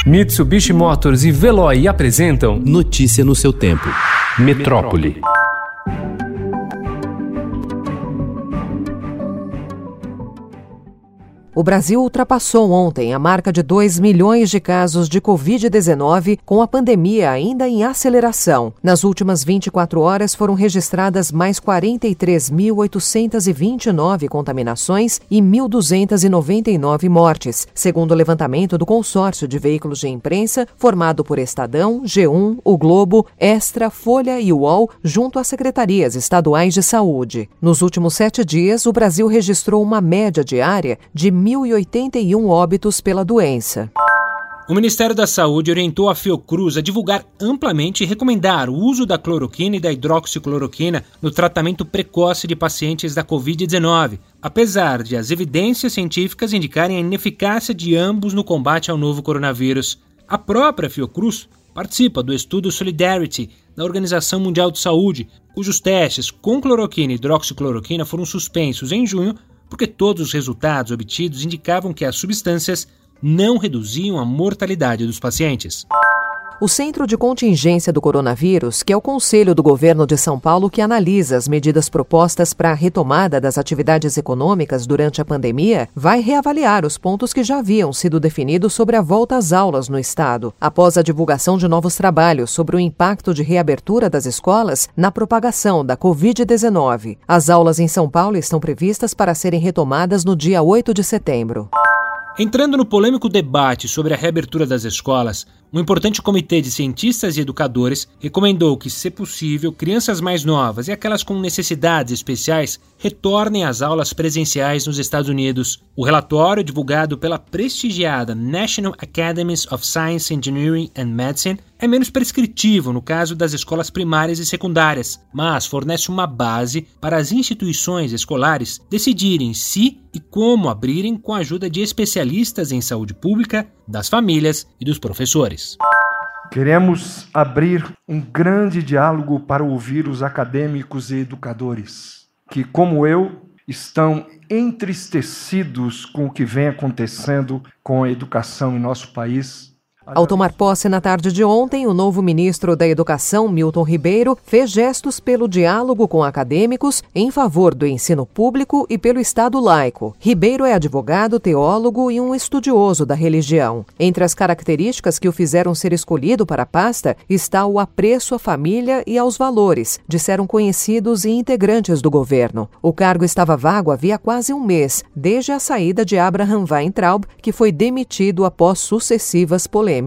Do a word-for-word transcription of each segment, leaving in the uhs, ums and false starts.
Mitsubishi Motors e Veloy apresentam Notícia no seu tempo. Metrópole. O Brasil ultrapassou ontem a marca de dois milhões de casos de covid dezenove, com a pandemia ainda em aceleração. Nas últimas vinte e quatro horas foram registradas mais quarenta e três mil oitocentas e vinte e nove contaminações e mil duzentas e noventa e nove mortes, segundo o levantamento do consórcio de veículos de imprensa formado por Estadão, G um, O Globo, Extra, Folha e U O L, junto às secretarias estaduais de saúde. Nos últimos sete dias, o Brasil registrou uma média diária de mil e oitenta e um óbitos pela doença. O Ministério da Saúde orientou a Fiocruz a divulgar amplamente e recomendar o uso da cloroquina e da hidroxicloroquina no tratamento precoce de pacientes da covid dezenove, apesar de as evidências científicas indicarem a ineficácia de ambos no combate ao novo coronavírus. A própria Fiocruz participa do estudo Solidarity da Organização Mundial de Saúde, cujos testes com cloroquina e hidroxicloroquina foram suspensos em junho porque todos os resultados obtidos indicavam que as substâncias não reduziam a mortalidade dos pacientes. O Centro de Contingência do Coronavírus, que é o conselho do governo de São Paulo que analisa as medidas propostas para a retomada das atividades econômicas durante a pandemia, vai reavaliar os pontos que já haviam sido definidos sobre a volta às aulas no estado, após a divulgação de novos trabalhos sobre o impacto de reabertura das escolas na propagação da covid dezenove. As aulas em São Paulo estão previstas para serem retomadas no dia oito de setembro. Entrando no polêmico debate sobre a reabertura das escolas, um importante comitê de cientistas e educadores recomendou que, se possível, crianças mais novas e aquelas com necessidades especiais retornem às aulas presenciais nos Estados Unidos. O relatório, divulgado pela prestigiada National Academies of Science, Engineering and Medicine, é menos prescritivo no caso das escolas primárias e secundárias, mas fornece uma base para as instituições escolares decidirem se e como abrirem com a ajuda de especialistas em saúde pública, das famílias e dos professores. Queremos abrir um grande diálogo para ouvir os acadêmicos e educadores, que, como eu, estão entristecidos com o que vem acontecendo com a educação em nosso país. Ao tomar posse na tarde de ontem, o novo ministro da Educação, Milton Ribeiro, fez gestos pelo diálogo com acadêmicos em favor do ensino público e pelo Estado laico. Ribeiro é advogado, teólogo e um estudioso da religião. Entre as características que o fizeram ser escolhido para a pasta está o apreço à família e aos valores, disseram conhecidos e integrantes do governo. O cargo estava vago havia quase um mês, desde a saída de Abraham Weintraub, que foi demitido após sucessivas polêmicas.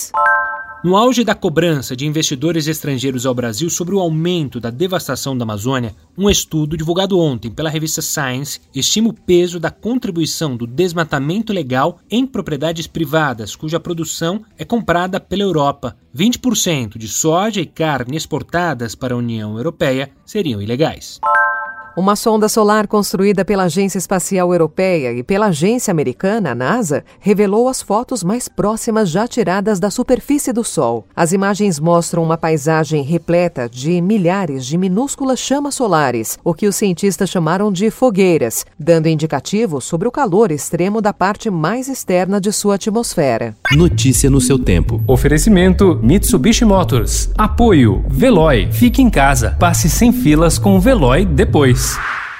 No auge da cobrança de investidores estrangeiros ao Brasil sobre o aumento da devastação da Amazônia, um estudo divulgado ontem pela revista Science estima o peso da contribuição do desmatamento ilegal em propriedades privadas, cuja produção é comprada pela Europa. vinte por cento de soja e carne exportadas para a União Europeia seriam ilegais. Uma sonda solar construída pela Agência Espacial Europeia e pela agência americana, NASA, revelou as fotos mais próximas já tiradas da superfície do Sol. As imagens mostram uma paisagem repleta de milhares de minúsculas chamas solares, o que os cientistas chamaram de fogueiras, dando indicativos sobre o calor extremo da parte mais externa de sua atmosfera. Notícia no seu tempo. Oferecimento Mitsubishi Motors. Apoio Veloy. Fique em casa. Passe sem filas com o Veloy depois.